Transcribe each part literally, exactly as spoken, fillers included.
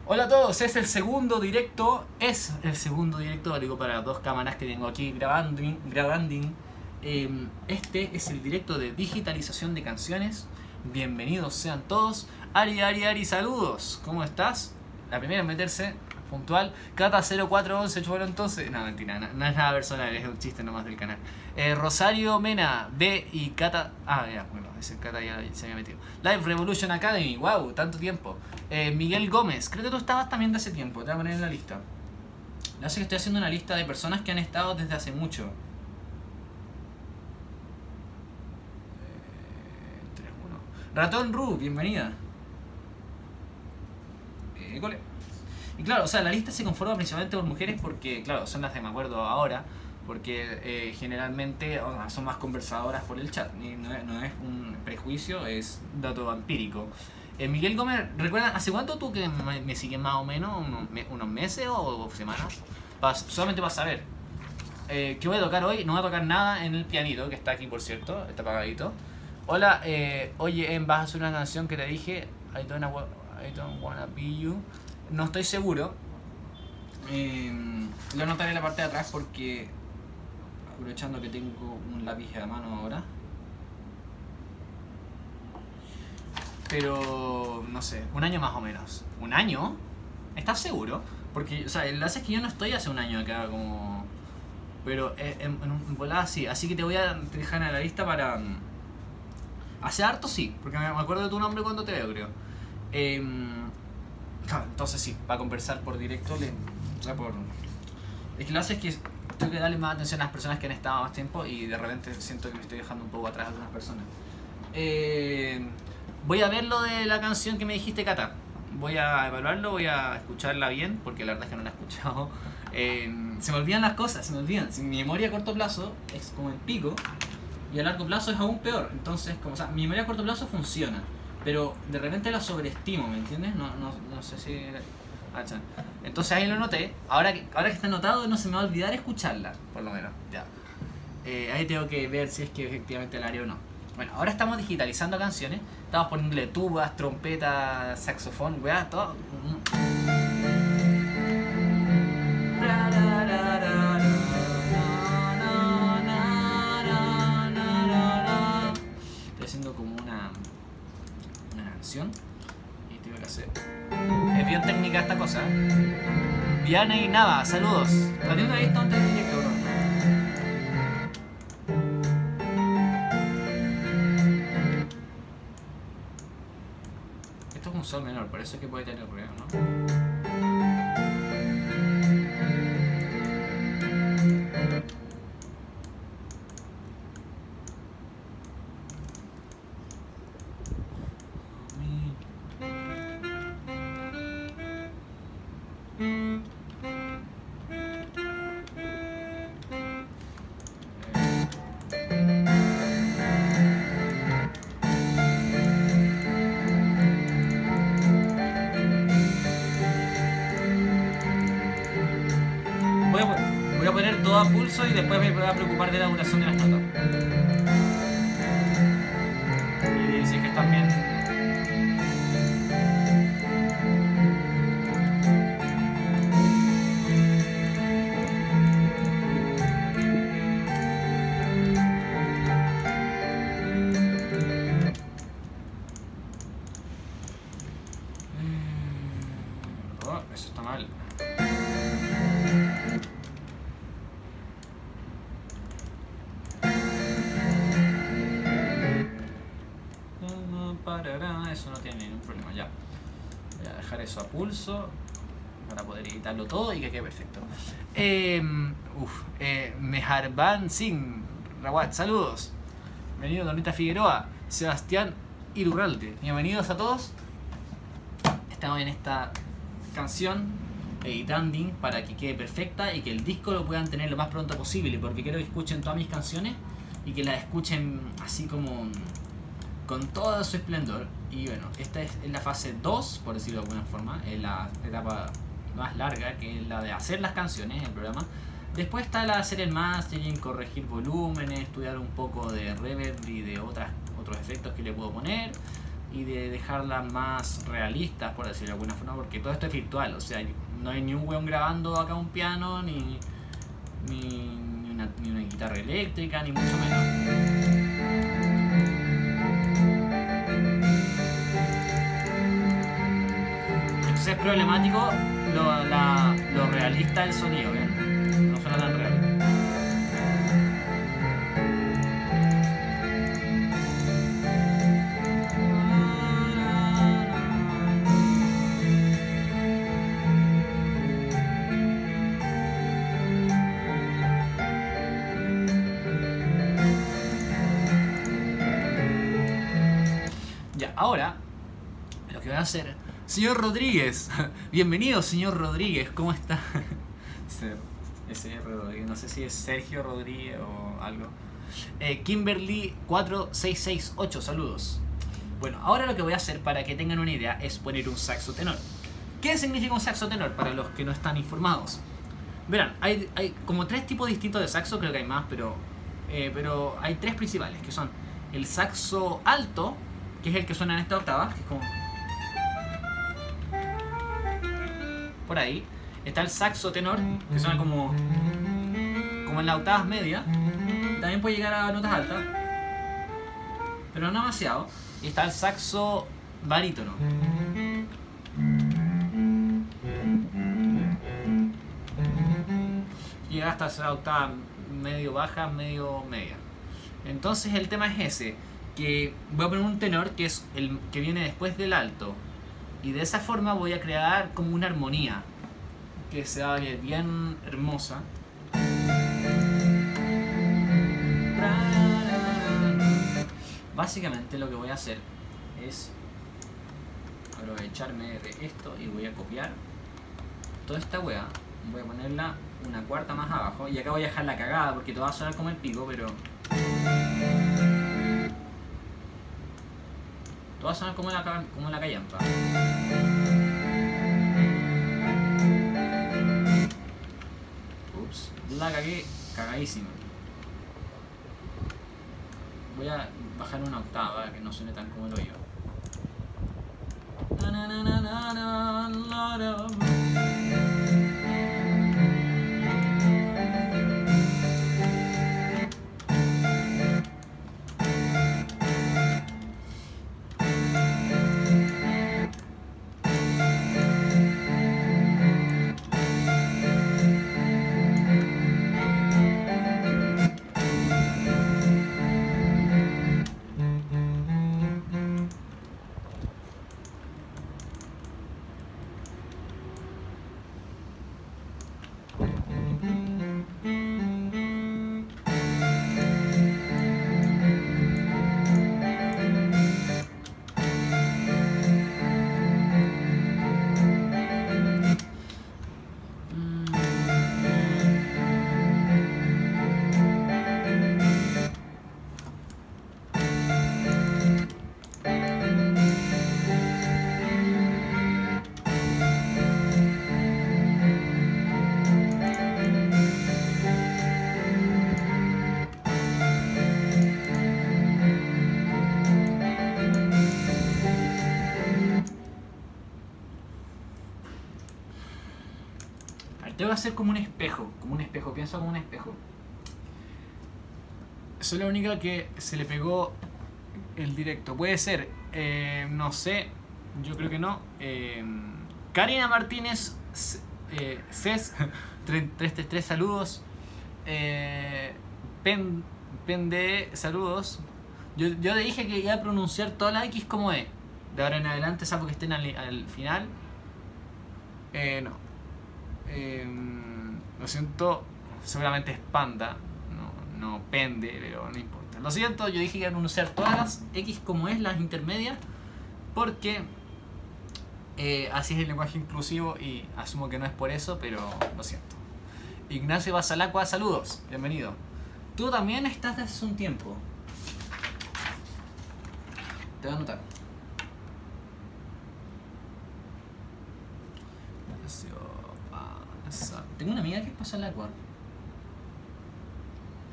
Hola a todos, es el segundo directo, es el segundo directo, digo, para las dos cámaras que tengo aquí grabando. grabando. Eh, este es el directo de digitalización de canciones. Bienvenidos sean todos. Ari, Ari, Ari, saludos. ¿Cómo estás? La primera en meterse, puntual. Cata cero cuatro once, bueno entonces. No, mentira, no, no es nada personal, es un chiste nomás del canal. Eh, Rosario Mena, B y Cata. Ah, ya, bueno, ese Cata ya se había metido. Live Revolution Academy, wow, tanto tiempo. Eh, Miguel Gómez, creo que tú estabas también de hace tiempo, te voy a poner en la lista. Ya sé que estoy haciendo una lista de personas que han estado desde hace mucho. Eh, tres uno. Ratón Ru, bienvenida. Eh, cole. Y claro, o sea, la lista se conforma principalmente por mujeres porque, claro, son las que me acuerdo ahora, porque eh, generalmente o sea, son más conversadoras por el chat. Y no, es, no es un prejuicio, es dato empírico. Eh, Miguel Gómez, ¿recuerdas hace cuánto tú que me, me sigues más o menos? ¿Unos, me, unos meses o semanas? Para, solamente para saber. Eh, ¿Qué voy a tocar hoy? No voy a tocar nada en el pianito, que está aquí por cierto, está apagadito. Hola, eh, oye, Em, vas a hacer una canción que te dije, I don't, I don't wanna be you. No estoy seguro. Eh, lo anotaré en la parte de atrás porque, aprovechando que tengo un lápiz a mano ahora. Pero, no sé, un año más o menos. ¿Un año? ¿Estás seguro? Porque, o sea, el enlace es que yo no estoy hace un año acá como... Pero en, en un volada sí. Así que te voy a dejar en la lista para... Hace harto sí, porque me acuerdo de tu nombre cuando te veo, creo. Eh, entonces sí, para conversar por directo, le, o sea, por... Es que lo hace es que tengo que darle más atención a las personas que han estado más tiempo y de repente siento que me estoy dejando un poco atrás de algunas personas. Eh... Voy a ver lo de la canción que me dijiste, Cata. Voy a evaluarlo, voy a escucharla bien, porque la verdad es que no la he escuchado. Eh, se me olvidan las cosas, se me olvidan. Si mi memoria a corto plazo es como el pico, y a largo plazo es aún peor. Entonces, como, o sea, mi memoria a corto plazo funciona, pero de repente la sobreestimo, ¿me entiendes? No, no, no sé si... Entonces ahí lo noté. Ahora que, ahora que está anotado, no se me va a olvidar escucharla, por lo menos. Ya. Eh, ahí tengo que ver si es que efectivamente la haré o no. Bueno, ahora estamos digitalizando canciones. Estamos poniéndole tubas, trompetas, saxofón, weá, todo. Estoy haciendo como una, una canción y tengo que hacer. Es bien técnica esta cosa. Viana y Nava, saludos. La tengo que visto antes del directo, bro. Esto es un sol menor, por eso es que puede tener ruido, ¿no? A pulso y después me voy a preocupar de la duración de las notas. Y si es que están bien. Oh, eso está mal. Eso no tiene ningún problema, ya. Voy a dejar eso a pulso para poder editarlo todo y que quede perfecto. Eh, uf, eh, Meharban Singh, Rawat, saludos. Bienvenido Donita Figueroa, Sebastián Irurralde. Bienvenidos a todos. Estamos en esta canción editando para que quede perfecta y que el disco lo puedan tener lo más pronto posible, porque quiero que escuchen todas mis canciones y que las escuchen así como con todo su esplendor. Y bueno, esta es, es la fase dos, por decirlo de alguna forma, es la etapa más larga, que es la de hacer las canciones, el programa. Después está la de hacer el mastering, corregir volúmenes, estudiar un poco de reverb y de otras, otros efectos que le puedo poner. y de dejarlas más realistas, por decirlo de alguna forma, porque todo esto es virtual, o sea, no hay ni un weón grabando acá un piano, ni, ni, ni, una, ni una guitarra eléctrica, ni mucho menos. Entonces es problemático lo, la, lo realista del sonido, ¿ven? No suena tan real. Ya, ahora lo que voy a hacer, señor Rodríguez, bienvenido señor Rodríguez, ¿cómo está? Ese Rodríguez, no sé si es Sergio Rodríguez o algo. Eh, Kimberly cuatro seis seis ocho, saludos. Bueno, ahora lo que voy a hacer para que tengan una idea es poner un saxo tenor. ¿Qué significa un saxo tenor para los que no están informados? Verán, hay, hay como tres tipos distintos de saxo, creo que hay más, pero, eh, pero hay tres principales, que son el saxo alto, que es el que suena en esta octava, que es como por ahí. Está el saxo tenor, que suena como como en las octavas medias. También puede llegar a notas altas, pero no demasiado. Y está el saxo barítono, llega hasta esa octava medio baja, medio media. Entonces el tema es ese, que voy a poner un tenor que es el que viene después del alto, y de esa forma voy a crear como una armonía que se va a ver bien hermosa. Básicamente lo que voy a hacer es aprovecharme de esto y voy a copiar toda esta wea. Voy a ponerla una cuarta más abajo y acá voy a dejar la cagada porque todo va a sonar como el pico, pero todo va a sonar como la, como la callampa. Ups, la cagué cagadísima. Voy a bajar una octava que no suene tan como el oído. Tengo que hacer como un espejo, como un espejo, pienso como un espejo. Eso es lo único que se le pegó el directo. Puede ser, eh, no sé, yo creo que no. Eh, Karina Martínez, eh, Ces, tres tres tres, saludos. Eh, Pen, Pende, saludos. Yo, yo le dije que iba a pronunciar toda la X como E. De ahora en adelante, salvo que estén al, al final. Eh, no. Eh, lo siento, seguramente es panda, no, no pende, pero no importa. Lo siento, yo dije que iba a pronunciar todas las X como es, las intermedias, porque eh, así es el lenguaje inclusivo y asumo que no es por eso, pero lo siento. Ignacio Basalacua, saludos, bienvenido. Tú también estás desde hace un tiempo. Te voy a anotar. Tengo una amiga que es Basalacua.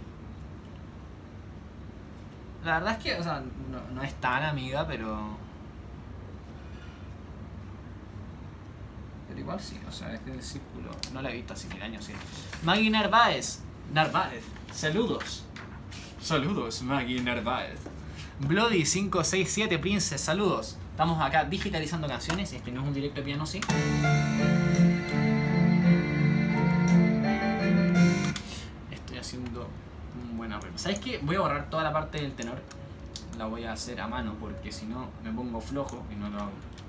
La verdad es que, o sea, no, no es tan amiga, pero igual sí, o sea, es del círculo. No la he visto hace mil años, sí. Maggie Narváez. Narváez. Saludos. Saludos, Maggie Narváez. Bloody cinco seis siete Princess, saludos. Estamos acá digitalizando canciones. Este no es un directo de piano, sí. Estoy haciendo un buen arreglo. ¿Sabes qué? Voy a borrar toda la parte del tenor. La voy a hacer a mano porque si no me pongo flojo y no lo hago.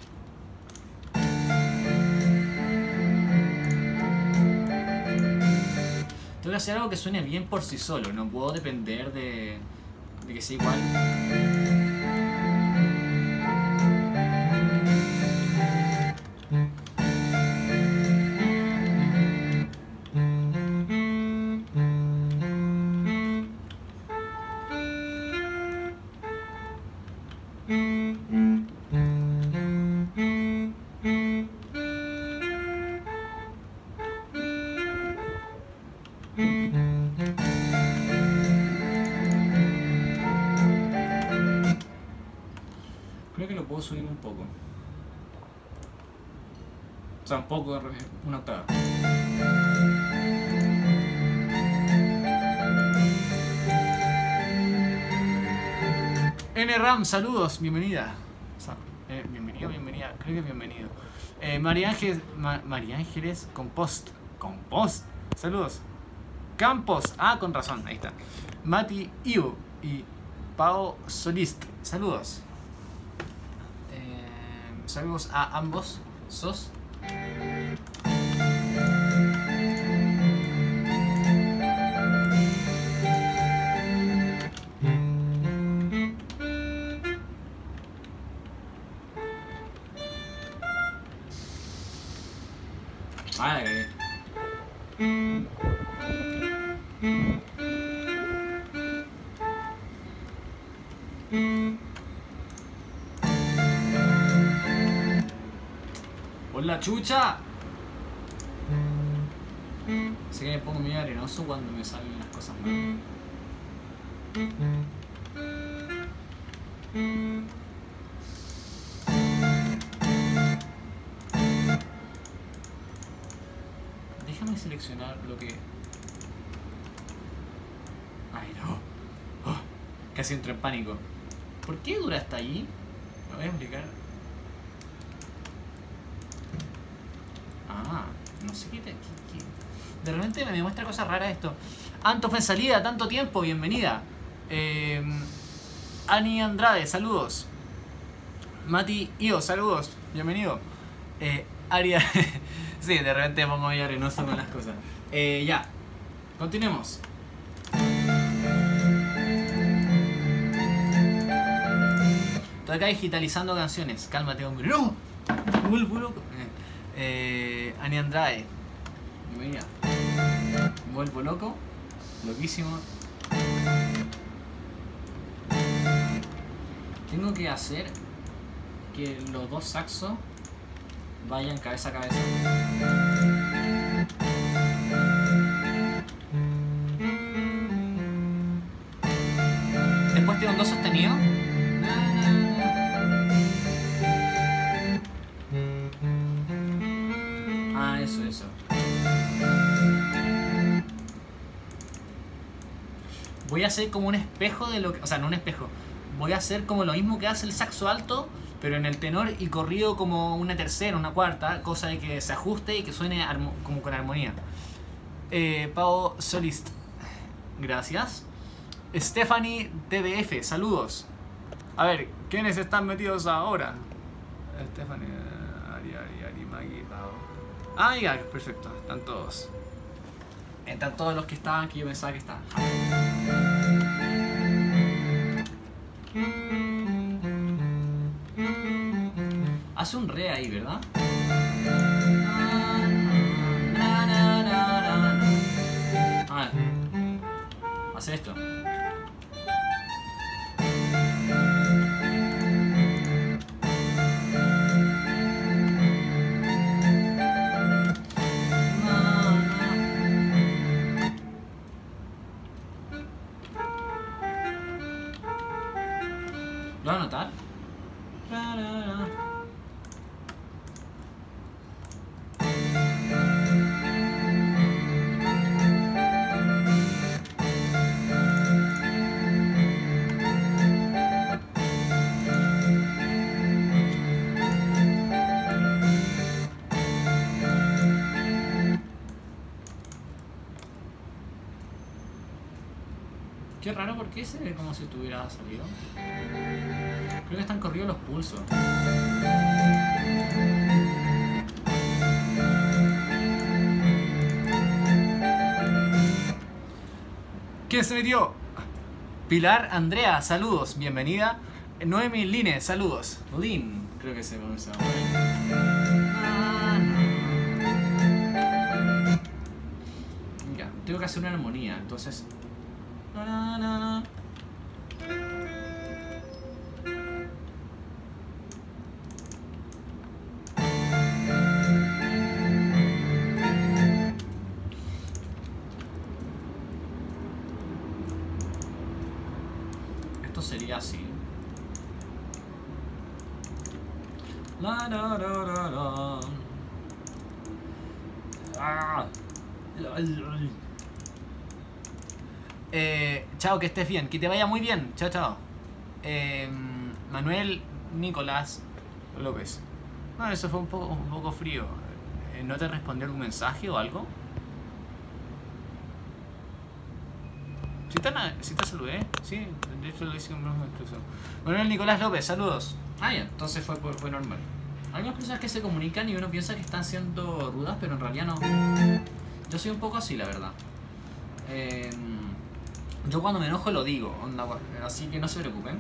Tengo que hacer algo que suene bien por sí solo. No puedo depender de, de que sea igual. Creo que lo puedo subir un poco. O sea, un poco, una octava. N RAM, saludos, bienvenida. O sea, eh, bienvenido, bienvenida, creo que bienvenido. Eh, María Ángeles, Ma, María Ángeles Compost. Compost, saludos. Campos, ah, con razón, ahí está. Mati Iu y Pao Solist, saludos. Eh, saludos a ambos, sos. Ah, la cagué. ¡Por la chucha! Sé que me pongo medio arenoso cuando me salen las cosas mal. Déjame seleccionar lo que... Ay, no. Oh, casi entro en pánico. ¿Por qué dura hasta allí? Me voy a explicar. Ah, no sé qué, te, qué, qué. De repente me demuestra cosas raras esto. Anto fue en salida, tanto tiempo, bienvenida. Eh, Ani Andrade, saludos. Mati Io, saludos, bienvenido. Eh, Aria. Sí, de repente me pongo medio arenoso con las cosas. Eh, ya, continuemos. Estoy acá digitalizando canciones. Cálmate, hombre. ¡No! Me vuelvo loco. Eh, Ani Andrade. Bienvenida. Me vuelvo loco. Loquísimo. Tengo que hacer que los dos saxos vayan cabeza a cabeza. Después tengo un do sostenido. Ah, eso, eso. Voy a hacer como un espejo de lo que... O sea, no un espejo. Voy a hacer como lo mismo que hace el saxo alto, pero en el tenor y corrido como una tercera, una cuarta, cosa de que se ajuste y que suene como con armonía. Eh, Pau Solist, gracias. Stephanie T D F, saludos. A ver, ¿quiénes están metidos ahora? Stephanie, Ari, Ari, Ari, Maggie, Pau. Ah, ya, perfecto, están todos. Están todos los que estaban que yo pensaba que estaban. Hace un re ahí, ¿verdad? Ah, hace esto. ¿Lo vas a notar? Qué raro, porque se ve como si tuviera salido. Creo que están corridos los pulsos. ¿Quién se metió? Pilar Andrea, saludos, bienvenida. Noemi Line, saludos. Lin, creo que se pronuncia. Ya, tengo que hacer una armonía, entonces. Esto sería así. La, la, la, la, la. Ah. Eh, chao, que estés bien, que te vaya muy bien. Chao, chao. Eh, Manuel Nicolás López. Bueno, eso fue un poco, un poco frío. Eh, ¿No te respondió algún mensaje o algo? Si te, si te saludé, sí, de hecho lo hice con broma incluso. Manuel Nicolás López, saludos. Ah, ya, entonces fue, fue normal. Hay algunas personas que se comunican y uno piensa que están siendo rudas, pero en realidad no. Yo soy un poco así, la verdad. Eh, yo cuando me enojo lo digo, onda, así que no se preocupen.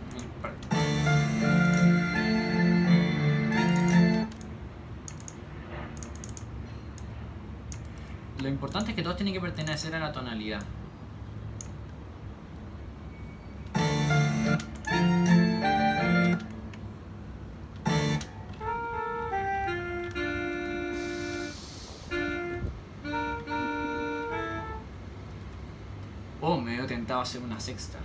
Lo importante es que todos tienen que pertenecer a la tonalidad. Oh, me he tentado hacer una sexta.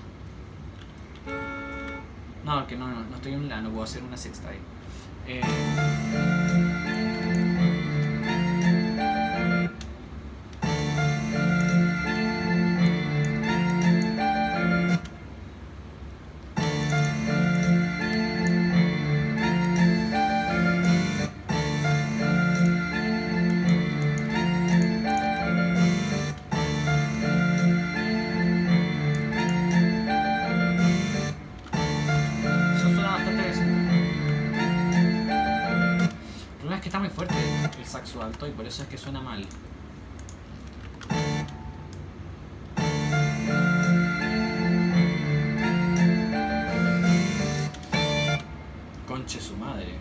No, que no, no, no estoy en la, no puedo hacer una sexta ahí. Eh... alto y por eso es que suena mal. Conche su madre.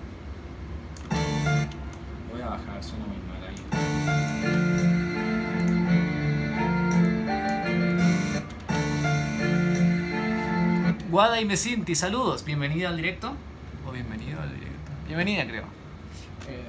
Voy a bajar, suena muy mal ahí. Guada y Mesinti, saludos. Bienvenida al directo. O bienvenido al directo. Bienvenida, creo. Eh...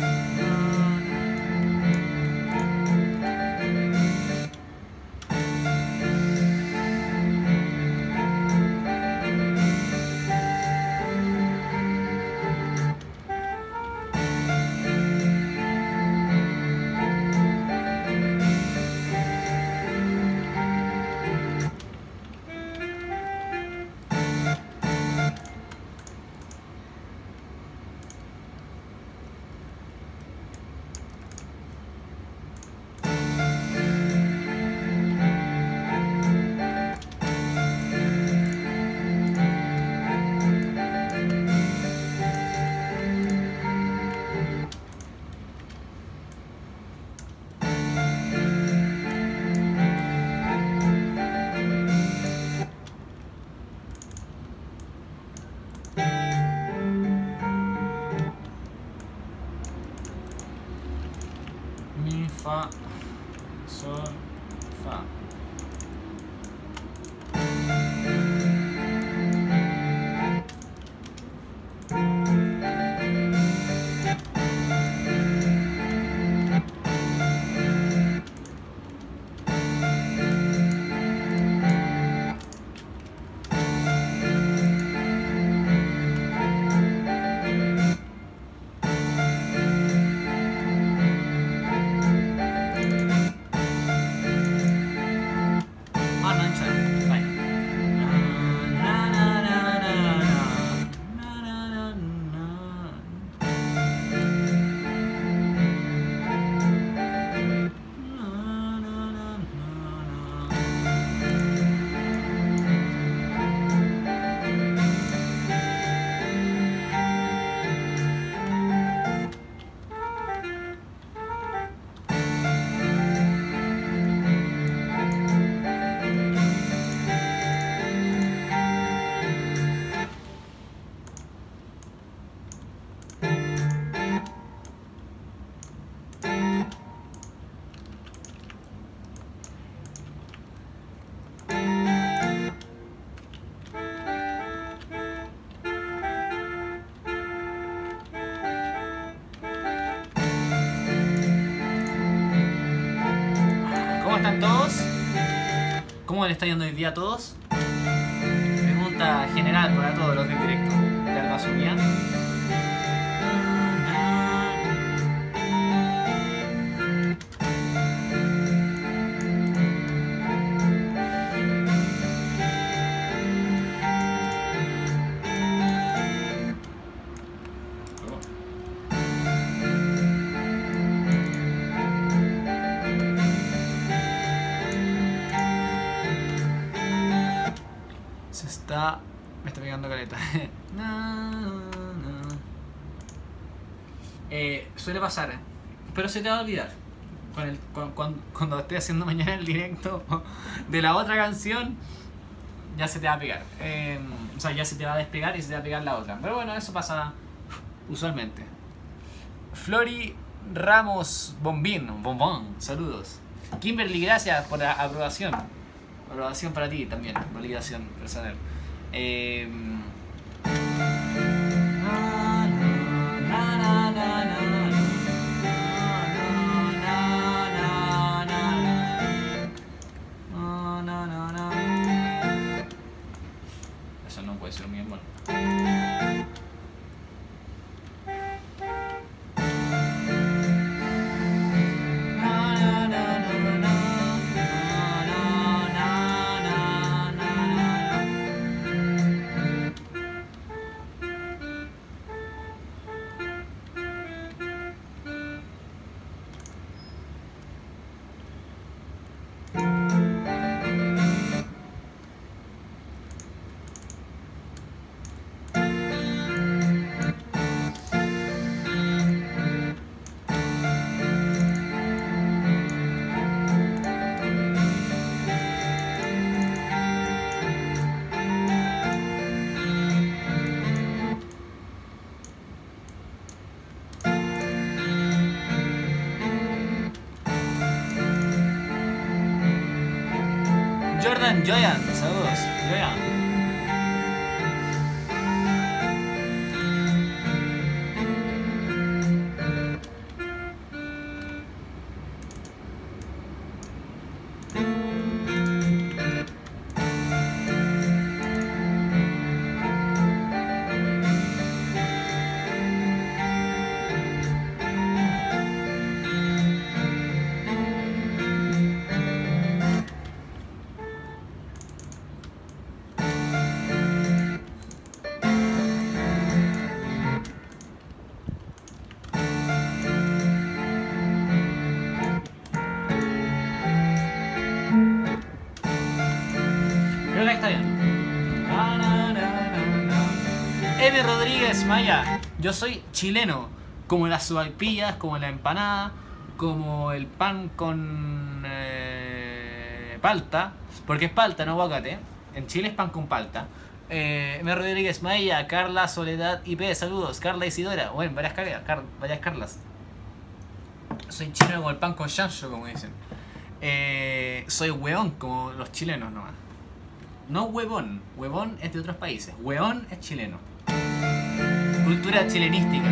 Fa, sol, fa. están todos? ¿Cómo le está yendo hoy día a todos? Pregunta general para todos los del directo de Alba Zubia. Me está pegando caleta. No, no. Eh, suele pasar, pero se te va a olvidar. Con el, con, con, cuando esté haciendo mañana el directo de la otra canción, ya se te va a pegar. Eh, o sea, ya se te va a despegar y se te va a pegar la otra. Pero bueno, eso pasa usualmente. Flori Ramos Bombín, Bombón, saludos. Kimberly, gracias por la aprobación. Aprobación para ti también, validación personal. Eh, eso no puede ser muy bueno. Jordan, Joyan, saludos, Joyan. Maya, yo soy chileno, como las sopaipillas, como la empanada, como el pan con eh, palta, porque es palta, no aguacate. En Chile es pan con palta. Eh, M. Rodríguez Maya, Carla, Soledad I P, saludos. Carla Isidora, bueno, varias Carlas, Car varias Carlas. Soy chileno como el pan con chancho, como dicen. Eh, soy hueón, como los chilenos nomás. No huevón, huevón es de otros países, hueón es chileno. Cultura chilenística.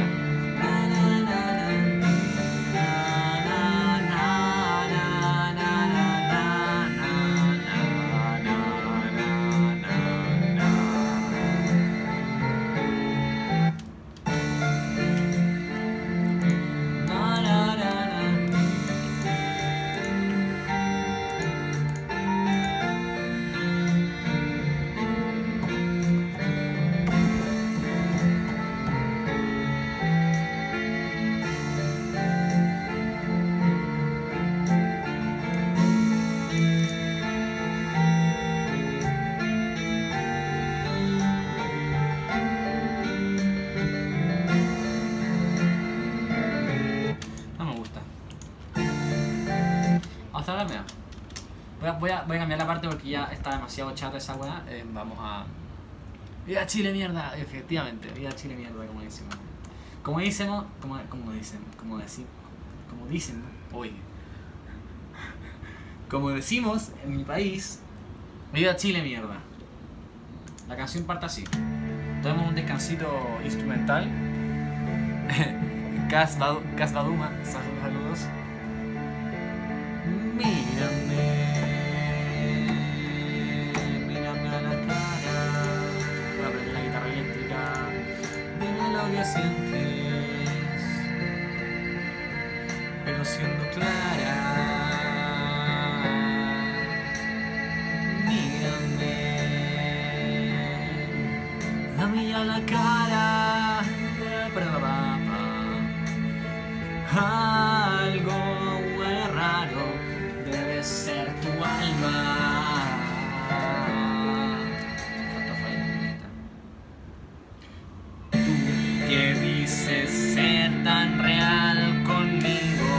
Voy a, voy a cambiar la parte porque ya está demasiado chata esa weá. Eh, vamos a... ¡Viva Chile, mierda! Efectivamente, ¡viva Chile, mierda! Como decimos. Como decimos... Como, como dicen... Como decir... Como dicen... Oye. Como decimos en mi país... ¡Viva Chile, mierda! La canción parte así. Tomemos un descansito instrumental. Cas Baduma. Saludos. Mírame. que sientes, pero siendo clara. Mírame, dame ya la cara. Para, para, para. Algo huele raro, debe ser tu alma. Tú que dices ser tan real conmigo,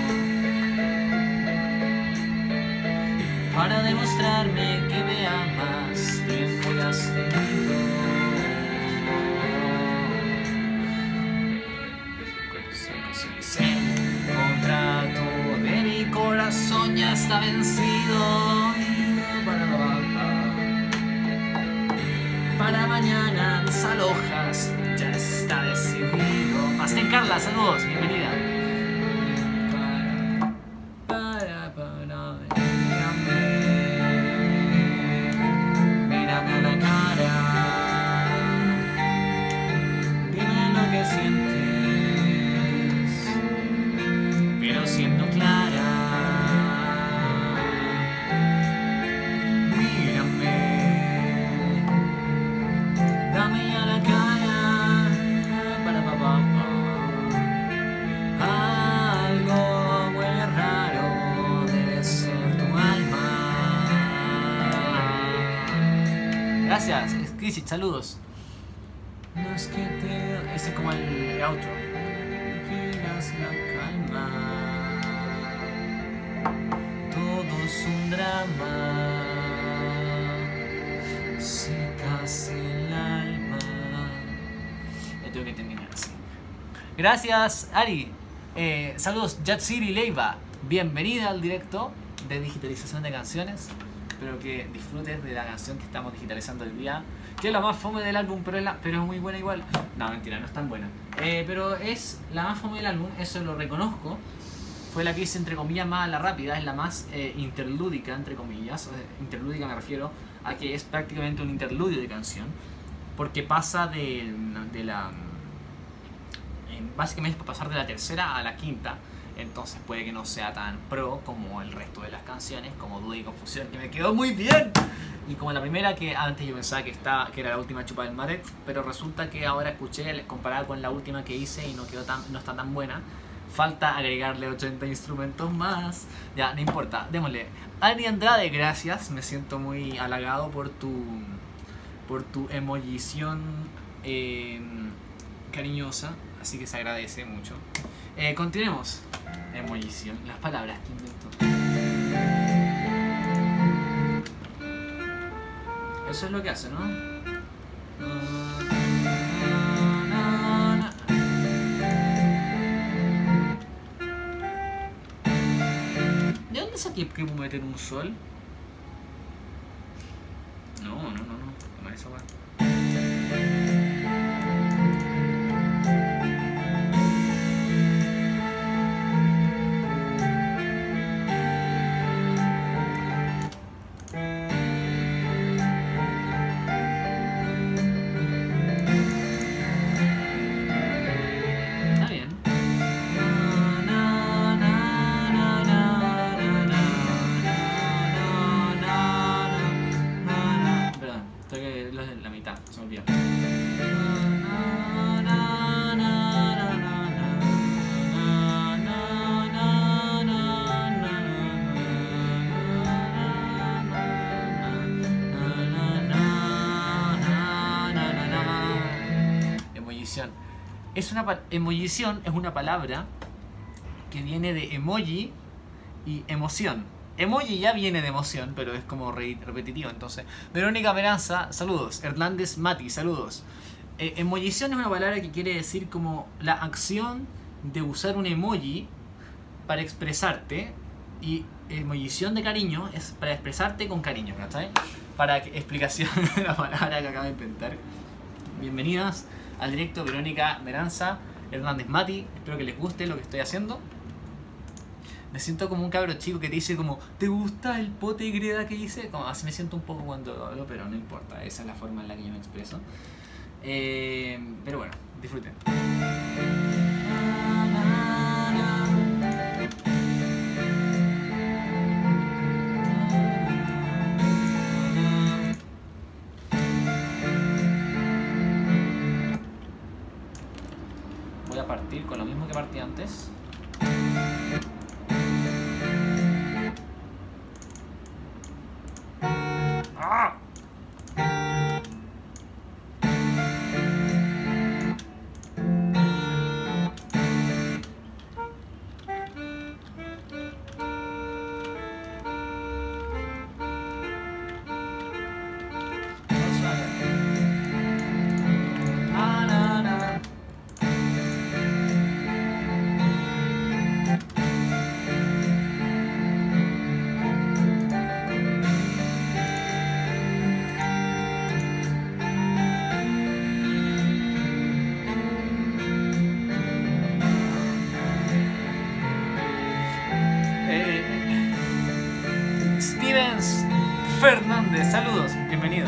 para demostrarme que me amas, te fueras tenido. El contrato de mi corazón ya está vencido. Para mañana desalojas, ya está decidido. Mastén Carla, saludos, bienvenida. Para, para, para, mírame, mírame a la cara, dime lo que sientes, pero siendo clara. Mírame, dame ya la cara. Para, para, para. Algo huele raro, debe ser tu alma. Gracias, Crisis, saludos. No es que te... Ese es como el outro. Quieras la calma, todo es un drama, secas el alma. Ya tengo que terminar así. Gracias, Ari. Eh, saludos, Yatsiri Leiva. Bienvenida al directo de digitalización de canciones. Espero que disfrutes de la canción que estamos digitalizando el día, que es la más fome del álbum, pero es, la, pero es muy buena igual. No, mentira, no es tan buena. Eh, pero es la más fome del álbum, eso lo reconozco. Fue la que hice entre comillas más a la rápida, es la más eh, interlúdica, entre comillas. Interlúdica me refiero a que es prácticamente un interludio de canción, porque pasa de, de la... Básicamente es para pasar de la tercera a la quinta. Entonces puede que no sea tan pro como el resto de las canciones, como Duda y Confusión, que me quedó muy bien. Y como la primera, que antes yo pensaba que, estaba, que era la última chupa del mate, pero resulta que ahora escuché comparada con la última que hice y no, quedó tan, no está tan buena. Falta agregarle ochenta instrumentos más. Ya, no importa, démosle. Ari Andrade, gracias. Me siento muy halagado por tu, por tu emojición eh, cariñosa. Así que se agradece mucho. Eh, continuemos. Emojición, las palabras que invento. Eso es lo que hace, ¿no? ¿De dónde saqué que puedo meter un sol? No, no, no, no. Toma eso, va. Es una emojición es una palabra que viene de emoji y emoción. Emoji ya viene de emoción, pero es como re repetitivo. Entonces, Verónica Meranza, saludos. Hernández Mati, saludos. Eh, emojición es una palabra que quiere decir como la acción de usar un emoji para expresarte, y emojición de cariño es para expresarte con cariño, ¿cachai? Para que, explicación de la palabra que acabo de inventar. Bienvenidas al directo, Verónica Meranza, Hernández Mati. Espero que les guste lo que estoy haciendo. Me siento como un cabro chico que te dice como, ¿te gusta el pote greda que hice? Como, así me siento un poco cuando hablo, pero no importa, esa es la forma en la que yo me expreso. Eh, pero bueno, disfruten. Voy a partir con lo mismo que partí antes. ¡Ah! Fernández, saludos, bienvenido.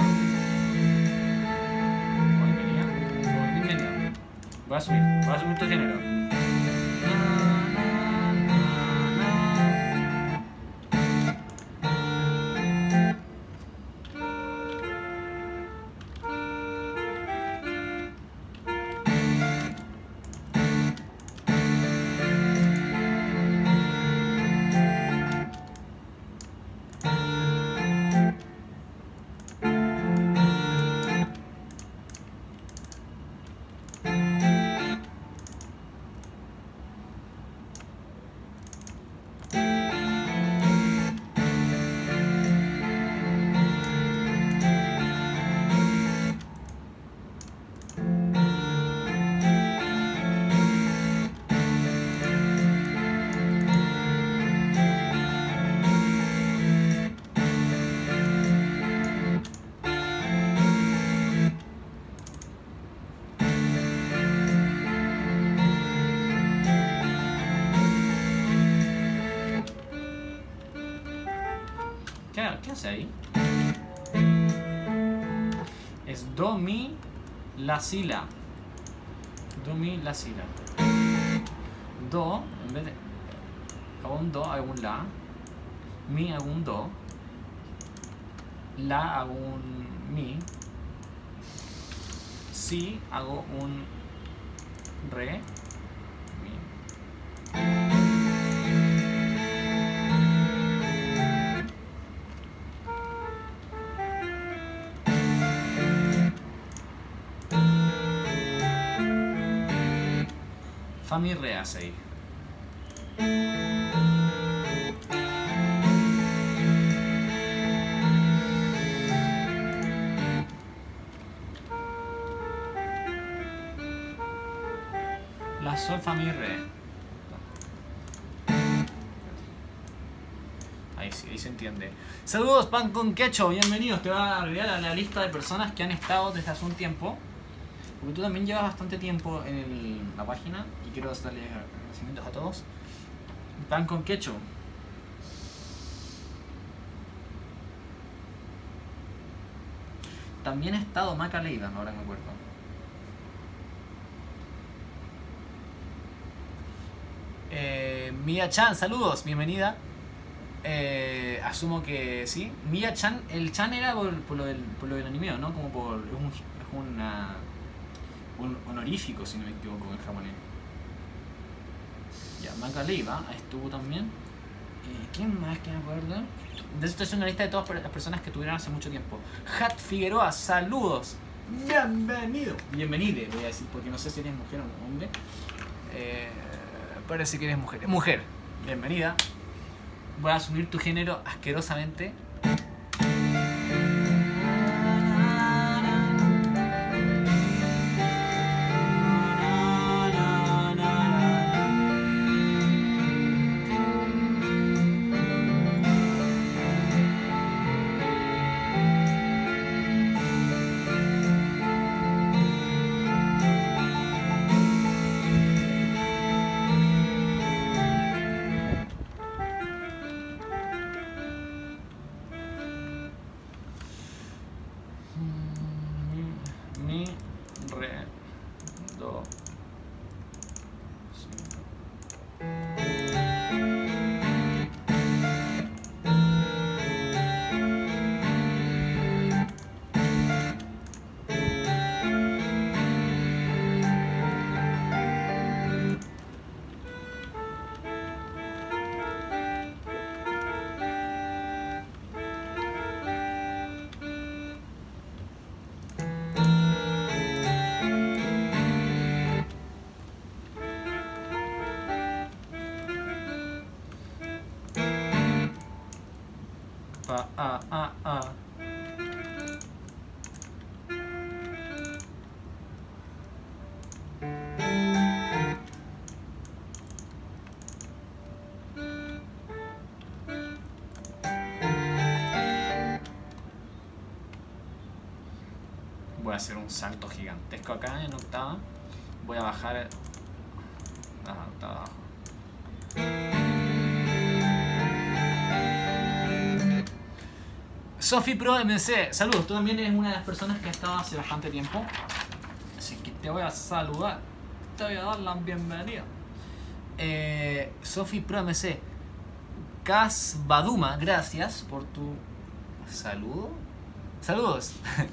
Bienvenido. Bienvenido. Voy a subir, voy a subir tu género. ¿Qué hace ahí? Es do, mi, la, si, la. Do, mi, la, si, la. Do, en vez de... hago un do, hago un la. Mi, hago un do. La, hago un mi. Si, hago un re. Mi. Fa, mi, re hace ahí. La, sol, fa, mi, re. Ahí sí, ahí se entiende. Saludos, pan con quecho, bienvenidos. Te voy a agregar a la lista de personas que han estado desde hace un tiempo. Porque tú también llevas bastante tiempo en el, la página y quiero darle agradecimientos a todos. Pan con quecho. También ha estado Maca Leiva, ahora me acuerdo. Eh, Mia Chan, saludos, bienvenida. Eh, asumo que sí. Mia Chan, el Chan era por, por, lo, del, por lo del anime, ¿no? Como por... Es, un, es una... un honorífico, si no me equivoco, en japonés. Ya, Maca Leiva estuvo también. Eh, ¿Quién más que me acuerdo? De esto es una lista de todas las personas que estuvieron hace mucho tiempo. Hat Figueroa, saludos. Bienvenido. Bienvenide, voy a decir, porque no sé si eres mujer o hombre. Eh, parece que eres mujer. Mujer, bienvenida. Voy a asumir tu género asquerosamente. fa, a, a, a. Voy a hacer un salto gigantesco acá en octava. Voy a bajar la octava abajo. Sofi Pro M C, saludos. Tú también eres una de las personas que ha estado hace bastante tiempo. Así que te voy a saludar. Te voy a dar la bienvenida. Eh, Sofi Pro M C. Cas Baduma, gracias por tu saludo. Saludos.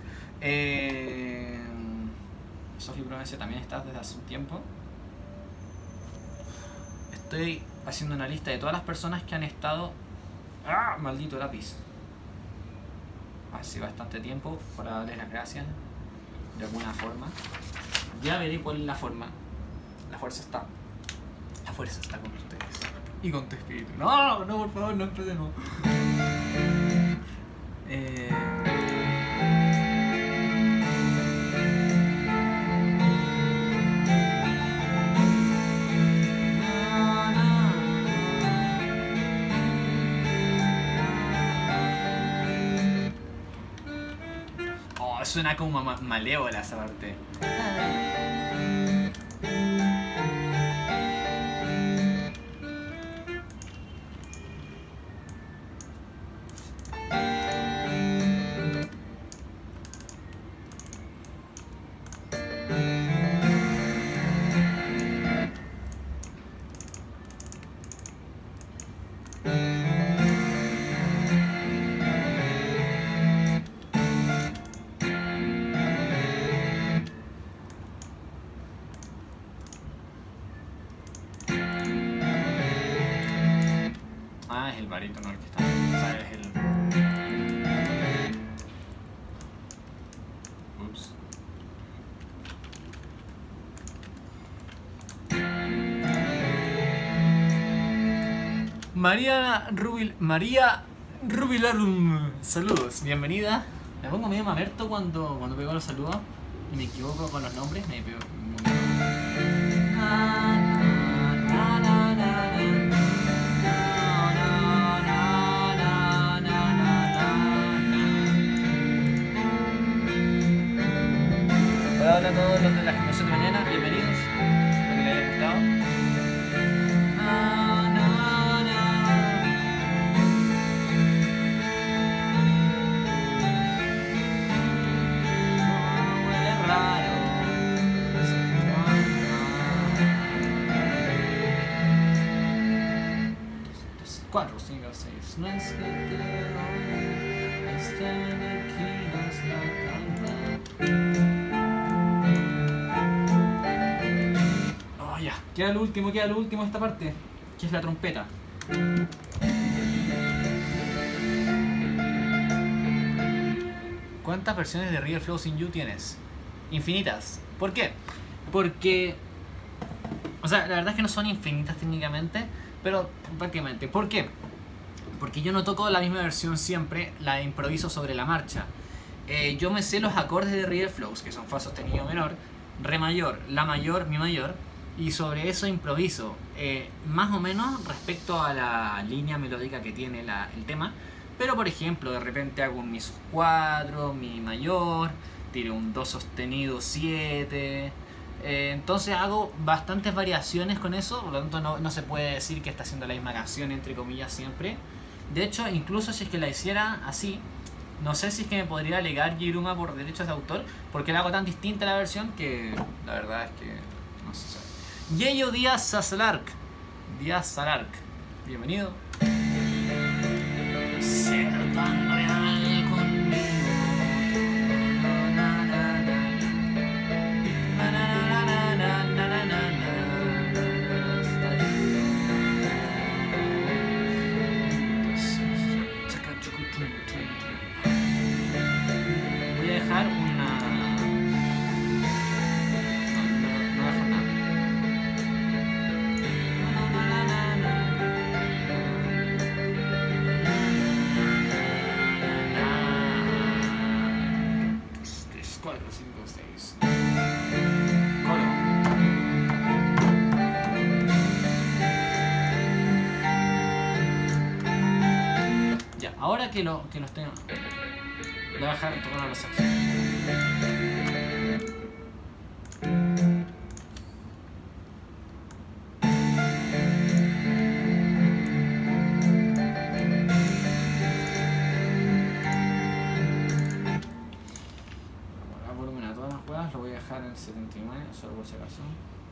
eh, Sofi Pro M C, también estás desde hace un tiempo. Estoy haciendo una lista de todas las personas que han estado. ¡Ah! Maldito lápiz. Hace bastante tiempo para darles las gracias de alguna forma. Ya veré cuál es la forma. La fuerza está. La fuerza está con ustedes. Y con tu espíritu. No, no, por favor, no empecemos. Eh... Suena como ma malévola esa parte. Barítono el que está, ¿sabes? El... Ups. María Rubil... María Rubilarum. Saludos, bienvenida. Me pongo medio mamerto cuando, cuando pego los saludos y me equivoco con los nombres. Me pego... Hola a todos los de la generación de mañana, bienvenidos. Espero que les haya gustado. No, no, no. Oh, huele raro. Dos, cuatro, cinco, seis. No es que te doy. Están aquí, nos la cantan. Queda lo último, queda lo último de esta parte, que es la trompeta. ¿Cuántas versiones de River Flows in You tienes? Infinitas. ¿Por qué? Porque... O sea, la verdad es que no son infinitas técnicamente, pero prácticamente. ¿Por qué? Porque yo no toco la misma versión siempre, la improviso sobre la marcha. Eh, yo me sé los acordes de River Flows, que son Fa sostenido menor, Re mayor, La mayor, Mi mayor, y sobre eso improviso, eh, más o menos respecto a la línea melódica que tiene la, el tema. Pero por ejemplo, de repente hago un Mi sus cuatro, Mi mayor, tiro un Do sostenido siete. Eh, entonces hago bastantes variaciones con eso, por lo tanto no, no se puede decir que está haciendo la misma canción entre comillas siempre. De hecho, incluso si es que la hiciera así, no sé si es que me podría alegar Jiruma por derechos de autor, porque la hago tan distinta a la versión que la verdad es que no se sabe. Yeyo Díaz Salark. Díaz Salark. Bienvenido. Ser tan real conmigo. Na, na, na, na, na, na, na, na, na, na, na. Voy a dejar una... ahora que lo que los tengo. Le voy a dejar tocar los saxos. El volumen a todas las jugadas lo voy a dejar en setenta y nueve, solo por si acaso.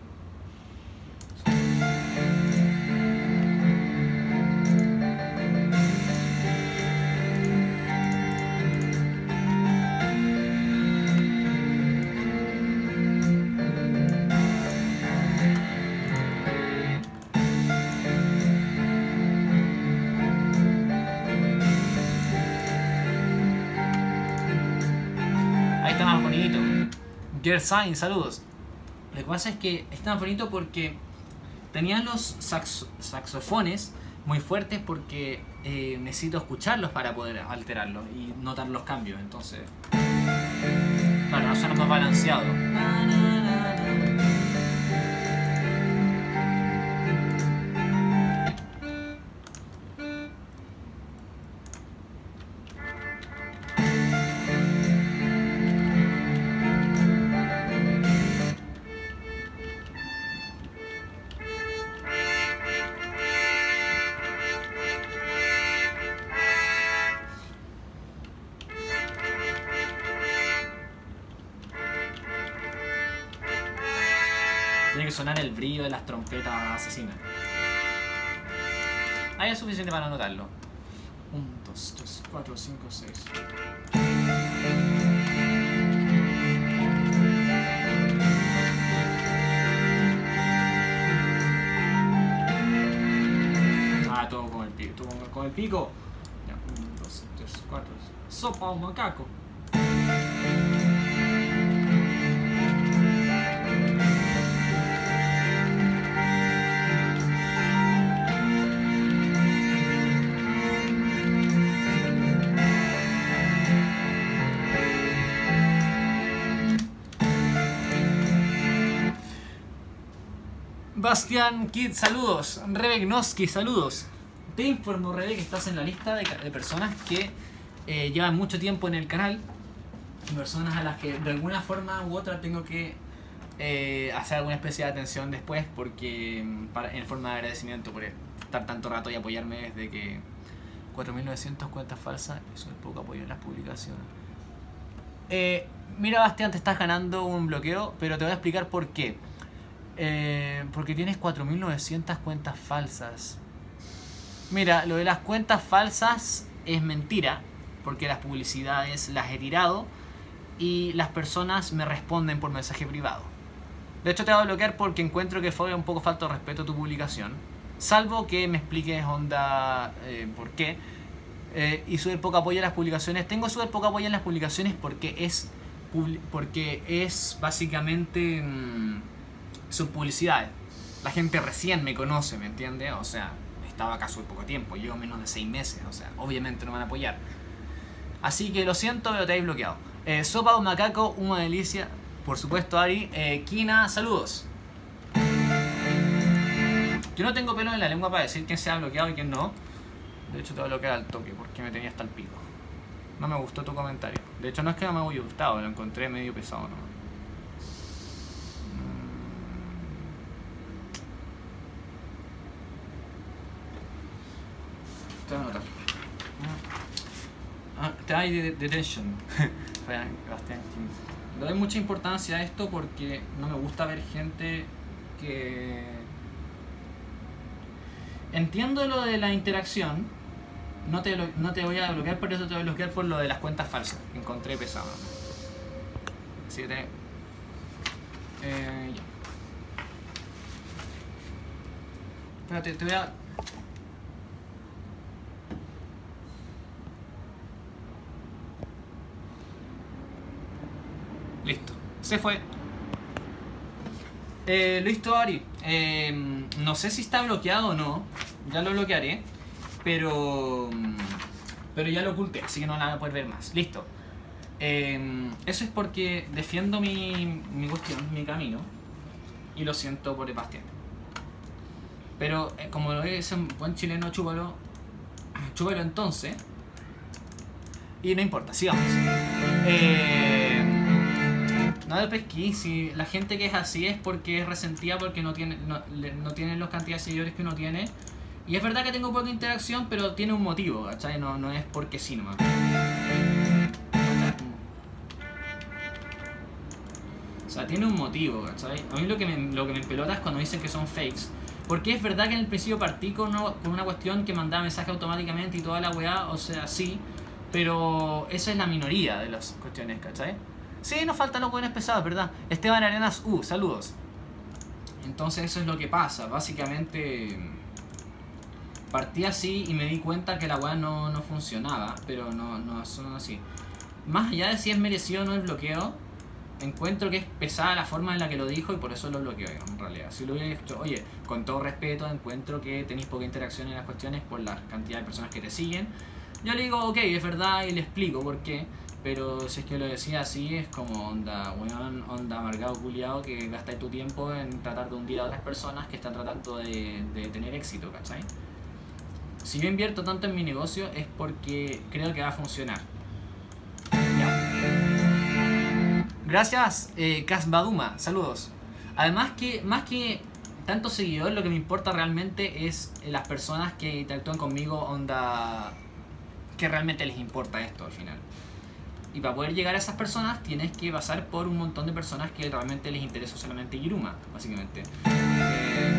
Gersain, saludos. Lo que pasa es que es tan bonito porque tenían los saxo saxofones muy fuertes porque eh, necesito escucharlos para poder alterarlos y notar los cambios. Entonces, claro, suena más balanceado. Na, na, na, na. Tiene que sonar el brillo de las trompetas asesinas. Ahí es suficiente para anotarlo. uno, dos, tres, cuatro, cinco, seis. Ah, todo con el pico. Todo con el pico. Ya, uno, dos, tres, cuatro. Sopa o macaco. Bastian Kid, saludos. Rebegnoski, saludos. Te informo, Rebe, que estás en la lista de, de personas que eh, llevan mucho tiempo en el canal. Personas a las que de alguna forma u otra tengo que eh, hacer alguna especie de atención después, porque para, en forma de agradecimiento por estar tanto rato y apoyarme desde que cuatro mil novecientas cuentas falsas. Eso es poco apoyo en las publicaciones. Eh, mira, Bastian, te estás ganando un bloqueo, pero te voy a explicar por qué. Eh, porque tienes cuatro mil novecientas cuentas falsas. Mira, lo de las cuentas falsas es mentira, porque las publicidades las he tirado y las personas me responden por mensaje privado. De hecho, te voy a bloquear porque encuentro que fue un poco falta de respeto a tu publicación, salvo que me expliques onda eh, por qué. Eh, y súper poco apoyo en las publicaciones. Tengo súper poco apoyo en las publicaciones porque es porque es básicamente mmm, sus publicidades. La gente recién me conoce, ¿me entiendes? O sea, estaba acá hace poco tiempo, llevo menos de seis meses, o sea, obviamente no van a apoyar. Así que lo siento, pero te habéis bloqueado. Eh, sopa de macaco, una delicia. Por supuesto, Ari. Eh, Kina, saludos. Yo no tengo pelo en la lengua para decir quién se ha bloqueado y quién no. De hecho, te voy a bloquear al toque porque me tenía hasta el pico. No me gustó tu comentario. De hecho, no es que no me haya gustado, lo encontré medio pesado, ¿no? Te voy a anotar. Ah, te hay de detention. Le doy mucha importancia a esto porque no me gusta ver gente que... Entiendo lo de la interacción. No te, no te voy a bloquear, por eso te voy a bloquear por lo de las cuentas falsas que encontré pesado. Así que te... Eh, ya. Espérate, te voy a... Listo, se fue. Eh, listo, Ari. Eh, no sé si está bloqueado o no. Ya lo bloquearé. Pero pero ya lo oculté, así que no la van a poder ver más. Listo. Eh, eso es porque defiendo mi, mi cuestión, mi camino. Y lo siento por el Bastián. Pero eh, como lo es un buen chileno, chúpalo. Chúpalo entonces. Y no importa, sigamos. Eh, no lo pesquí, si la gente que es así es porque es resentida porque no tiene, no, no tiene las cantidades de seguidores que uno tiene. Y es verdad que tengo poca interacción, pero tiene un motivo, ¿cachai? No, no es porque sí nomás. O sea, tiene un motivo, ¿cachai? A mí lo que me, lo que me pelota es cuando dicen que son fakes. Porque es verdad que en el principio partí con una, con una cuestión que mandaba mensaje automáticamente y toda la weá, o sea, sí. Pero esa es la minoría de las cuestiones, ¿cachai? Sí, nos faltan los buenos pesados, ¿verdad? Esteban Arenas, uh, saludos. Entonces eso es lo que pasa, básicamente partí así y me di cuenta que la weá no, no funcionaba, pero no, no son así. Más allá de si es merecido o no el bloqueo, encuentro que es pesada la forma en la que lo dijo y por eso lo bloqueo en realidad. Si lo hubiera hecho, oye, con todo respeto, encuentro que tenéis poca interacción en las cuestiones por la cantidad de personas que te siguen. Yo le digo, ok, es verdad y le explico por qué. Pero si es que lo decía así, es como onda, weón, onda amargado culiado que gastáis tu tiempo en tratar de hundir a otras personas que están tratando de, de tener éxito, ¿cachai? Si yo invierto tanto en mi negocio es porque creo que va a funcionar. Ya. Gracias, eh, Casbaduma, saludos. Además que, más que tanto seguidor, lo que me importa realmente es las personas que interactúan conmigo, onda, que realmente les importa esto al final. Y para poder llegar a esas personas tienes que pasar por un montón de personas que realmente les interesa solamente Yiruma, básicamente. Eh...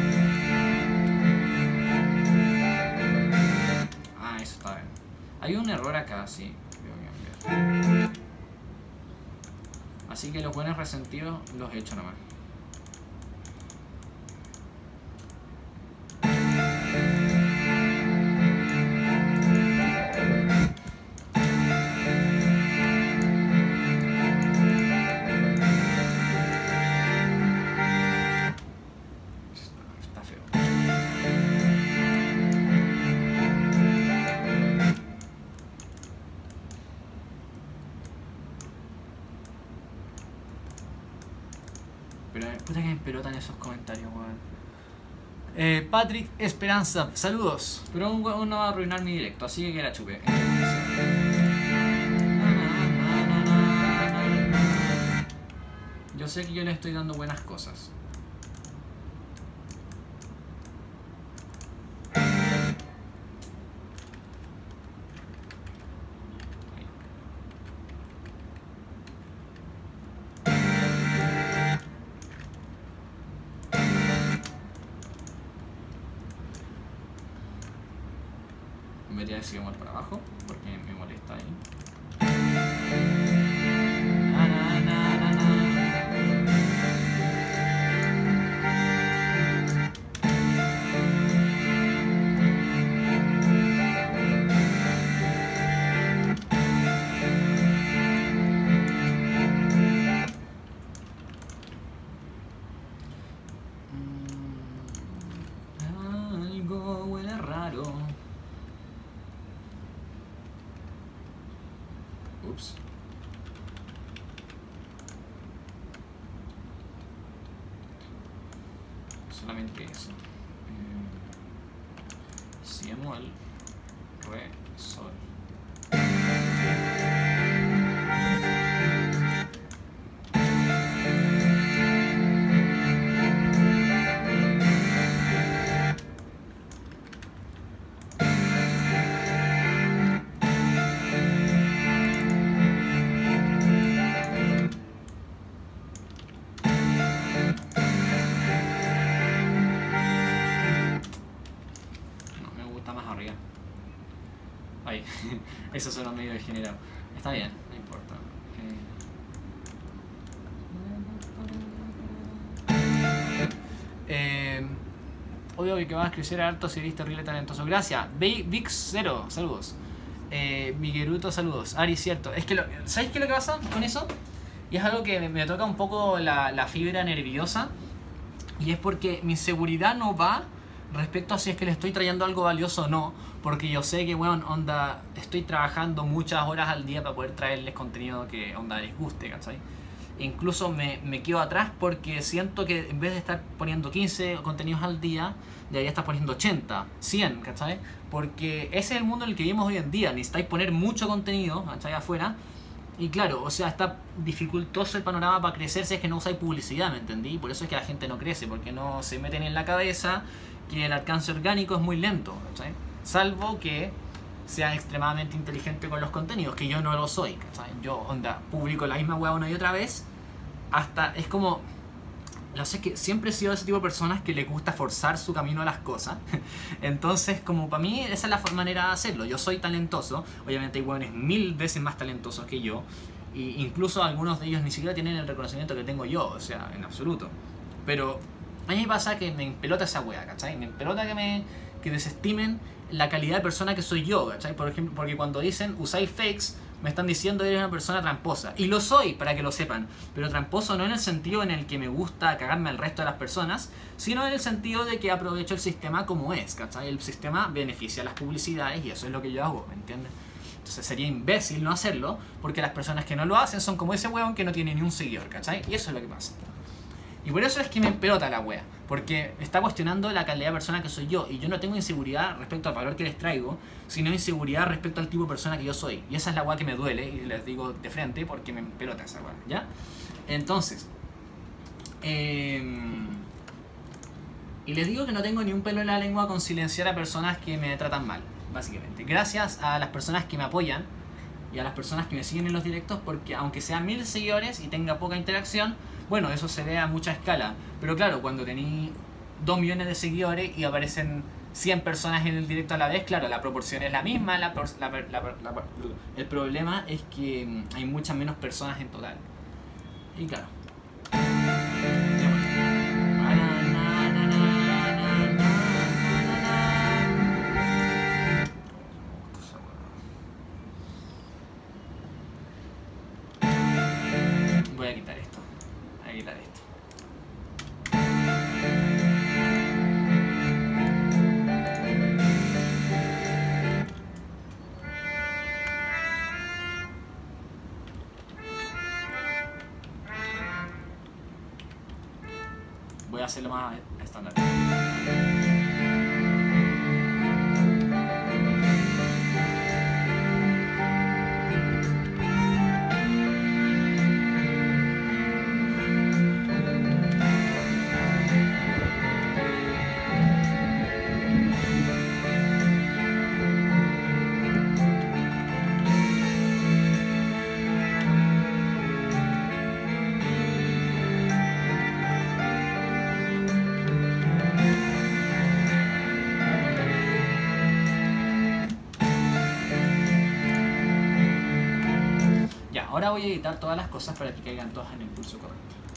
Ah, eso está bien. Hay un error acá, sí. Voy a cambiar. Así que los buenos resentidos los he hecho nomás. Puta que me pelotan esos comentarios, weón. Eh, Patrick Esperanza, saludos. Pero un weón no va a arruinar mi directo, así que que la chupe. Yo sé que yo le estoy dando buenas cosas. Sigamos para abajo porque me molesta ahí. Na, na, na, na, na. Mm, algo huele raro. Ups. Solamente eso. Eh, si bemol, re, sol. Eso suena medio degenerado. Está bien, no importa. Eh... Eh... Obvio que vas a crecer harto si eres terrible talentoso. Gracias. Vix Zero, saludos. Eh, Migueruto, saludos. Ari, cierto. Es que lo, ¿sabes qué es lo que pasa con eso? Y es algo que me, me toca un poco la, la fibra nerviosa. Y es porque mi seguridad no va respecto a si es que le estoy trayendo algo valioso o no, porque yo sé que, weón, onda, estoy trabajando muchas horas al día para poder traerles contenido que, onda, les guste, ¿cachai? incluso me, me quedo atrás porque siento que en vez de estar poniendo quince contenidos al día, debería estar poniendo ochenta, cien, ¿cachai? Porque ese es el mundo en el que vivimos hoy en día. Necesitáis poner mucho contenido, ¿cachai? Afuera. Y claro, o sea, está dificultoso el panorama para crecer si es que no usáis publicidad, ¿me entendí? Por eso es que la gente no crece, porque no se meten en la cabeza que el alcance orgánico es muy lento, ¿cachai? Salvo que sea extremadamente inteligente con los contenidos, que yo no lo soy, ¿cachai? Yo, onda, publico la misma hueá una y otra vez, hasta, es como, no sé, que siempre he sido ese tipo de personas que les gusta forzar su camino a las cosas. Entonces, como para mí, esa es la manera de hacerlo. Yo soy talentoso, obviamente hay hueones mil veces más talentosos que yo, e incluso algunos de ellos ni siquiera tienen el reconocimiento que tengo yo, o sea, en absoluto. Pero a mí me pasa que me empelota esa hueá, ¿cachai? Me empelota que me que desestimen la calidad de persona que soy yo, ¿cachai? Por ejemplo, porque cuando dicen usáis fakes, me están diciendo que eres una persona tramposa. Y lo soy, para que lo sepan. Pero tramposo no en el sentido en el que me gusta cagarme al resto de las personas, sino en el sentido de que aprovecho el sistema como es, ¿cachai? El sistema beneficia las publicidades y eso es lo que yo hago, ¿me entiendes? Entonces sería imbécil no hacerlo, porque las personas que no lo hacen son como ese huevón que no tiene ni un seguidor, ¿cachai? Y eso es lo que pasa. Y por eso es que me empelota la wea, porque está cuestionando la calidad de persona que soy yo, y yo no tengo inseguridad respecto al valor que les traigo, sino inseguridad respecto al tipo de persona que yo soy. Y esa es la wea que me duele, y les digo de frente, porque me empelota esa wea, ¿ya? Entonces, eh, y les digo que no tengo ni un pelo en la lengua con silenciar a personas que me tratan mal, básicamente. Gracias a las personas que me apoyan, y a las personas que me siguen en los directos, porque aunque sean mil seguidores y tenga poca interacción, bueno, eso se ve a mucha escala. Pero claro, cuando tení dos millones de seguidores y aparecen cien personas en el directo a la vez, claro, la proporción es la misma. La, la, la, la, el problema es que hay muchas menos personas en total. Y claro. Voy a quitar esto. Voy a quitar esto. Voy a hacerlo más estándar. Ahora voy a editar todas las cosas para que caigan todas en el pulso correcto.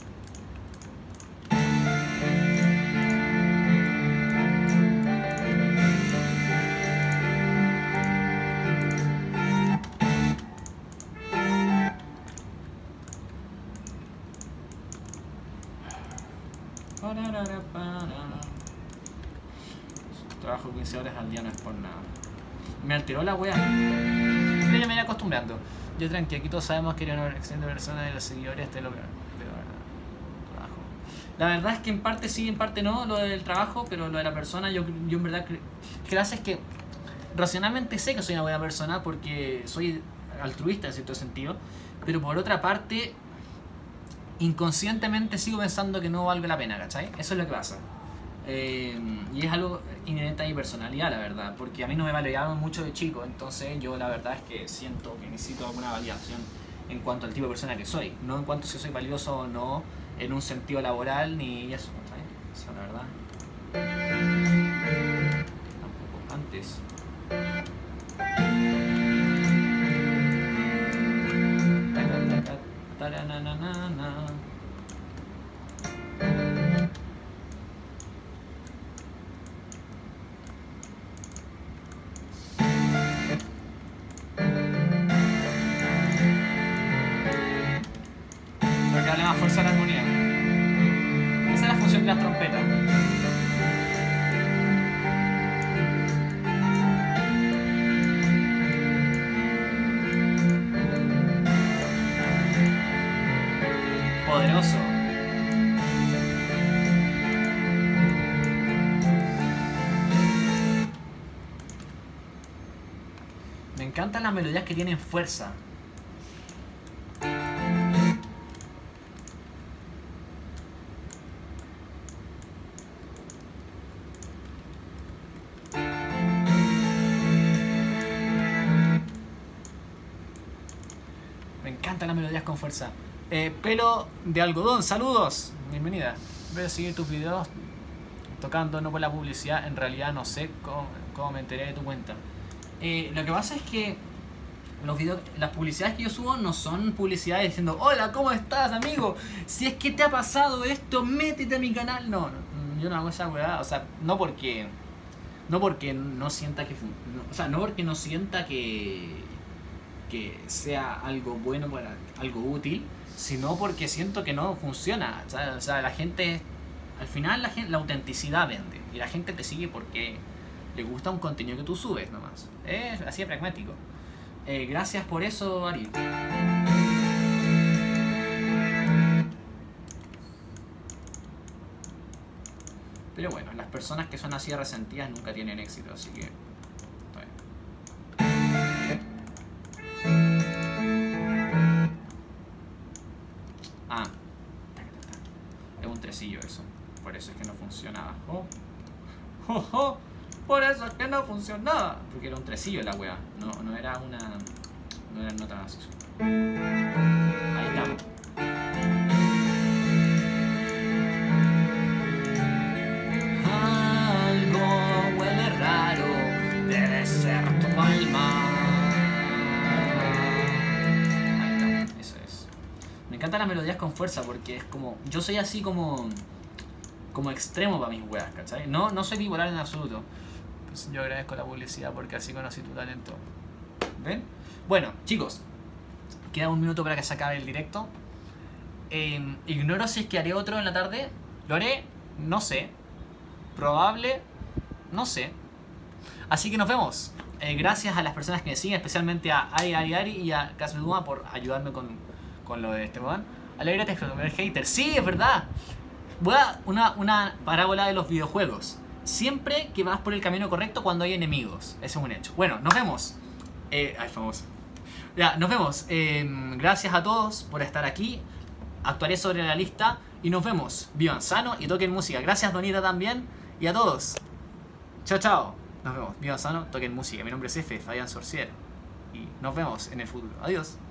Trabajo quince horas al día no es por nada. Me alteró la wea. Pero ya me iré acostumbrando. Yo tranqui, aquí todos sabemos que era una excelente persona de los seguidores, este es lo peor. Pero bueno, trabajo. La verdad es que en parte sí, en parte no, lo del trabajo, pero lo de la persona, yo, yo en verdad creo que es que racionalmente sé que soy una buena persona porque soy altruista en cierto sentido, pero por otra parte, inconscientemente sigo pensando que no valga la pena, ¿cachai? Eso es lo que pasa. Eh, y es algo inherente a mi personalidad, la verdad, porque a mí no me valoraban mucho de chico, entonces yo la verdad es que siento que necesito alguna validación en cuanto al tipo de persona que soy, no en cuanto si soy valioso o no en un sentido laboral ni eso, ¿sabes? Eso la verdad. Tampoco antes. Darle más fuerza a la armonía. Esa es la función de las trompetas. Me encantan las melodías que tienen fuerza. Me encantan las melodías con fuerza. Eh, pelo de algodón, saludos. Bienvenida. Voy a seguir tus videos tocando, no por la publicidad. En realidad no sé cómo, cómo me enteré de tu cuenta. Eh, lo que pasa es que los videos, las publicidades que yo subo no son publicidades diciendo hola, ¿cómo estás, amigo? Si es que te ha pasado esto, métete a mi canal. No, no, yo no hago esa weá. O sea, no porque no porque no sienta que no, o sea, no porque no sienta que que sea algo bueno, para algo útil, sino porque siento que no funciona. O sea, o sea la gente, al final la, gente, la autenticidad vende y la gente te sigue porque le gusta un contenido que tú subes nomás. Es así de pragmático. Eh, gracias por eso, Ari. Pero bueno, las personas que son así de resentidas nunca tienen éxito, así que... Ah, es un tresillo eso. Por eso es que no funcionaba. Oh. Oh, oh. Por eso es que no funcionaba. Porque era un tresillo la wea. No, no era una. No eran notas así. Ahí estamos. Algo huele raro. Debe ser tu alma. Ahí está. Eso es. Me encantan las melodías con fuerza porque es como. Yo soy así como. Como extremo para mis weas, ¿cachai? No, no soy bipolar en absoluto. Pues yo agradezco la publicidad porque así conocí tu talento. ¿Ven? Bueno, chicos, queda un minuto para que se acabe el directo. Eh, ignoro si es que haré otro en la tarde. ¿Lo haré? No sé. Probable. No sé. Así que nos vemos. Eh, gracias a las personas que me siguen, especialmente a Ari Ari Ari y a Casmeduma por ayudarme con, con lo de este weón. Alégrate, el hater. Sí, es verdad. Voy a una, una parábola de los videojuegos. Siempre que vas por el camino correcto cuando hay enemigos. Ese es un hecho. Bueno, nos vemos. Eh, ay, famoso. Ya, nos vemos. Eh, gracias a todos por estar aquí. Actuaré sobre la lista. Y nos vemos. Vivan sano y toquen música. Gracias, Donita, también. Y a todos. Chao, chao. Nos vemos. Vivan sano, toquen música. Mi nombre es F, Fabián Sorcier. Y nos vemos en el futuro. Adiós.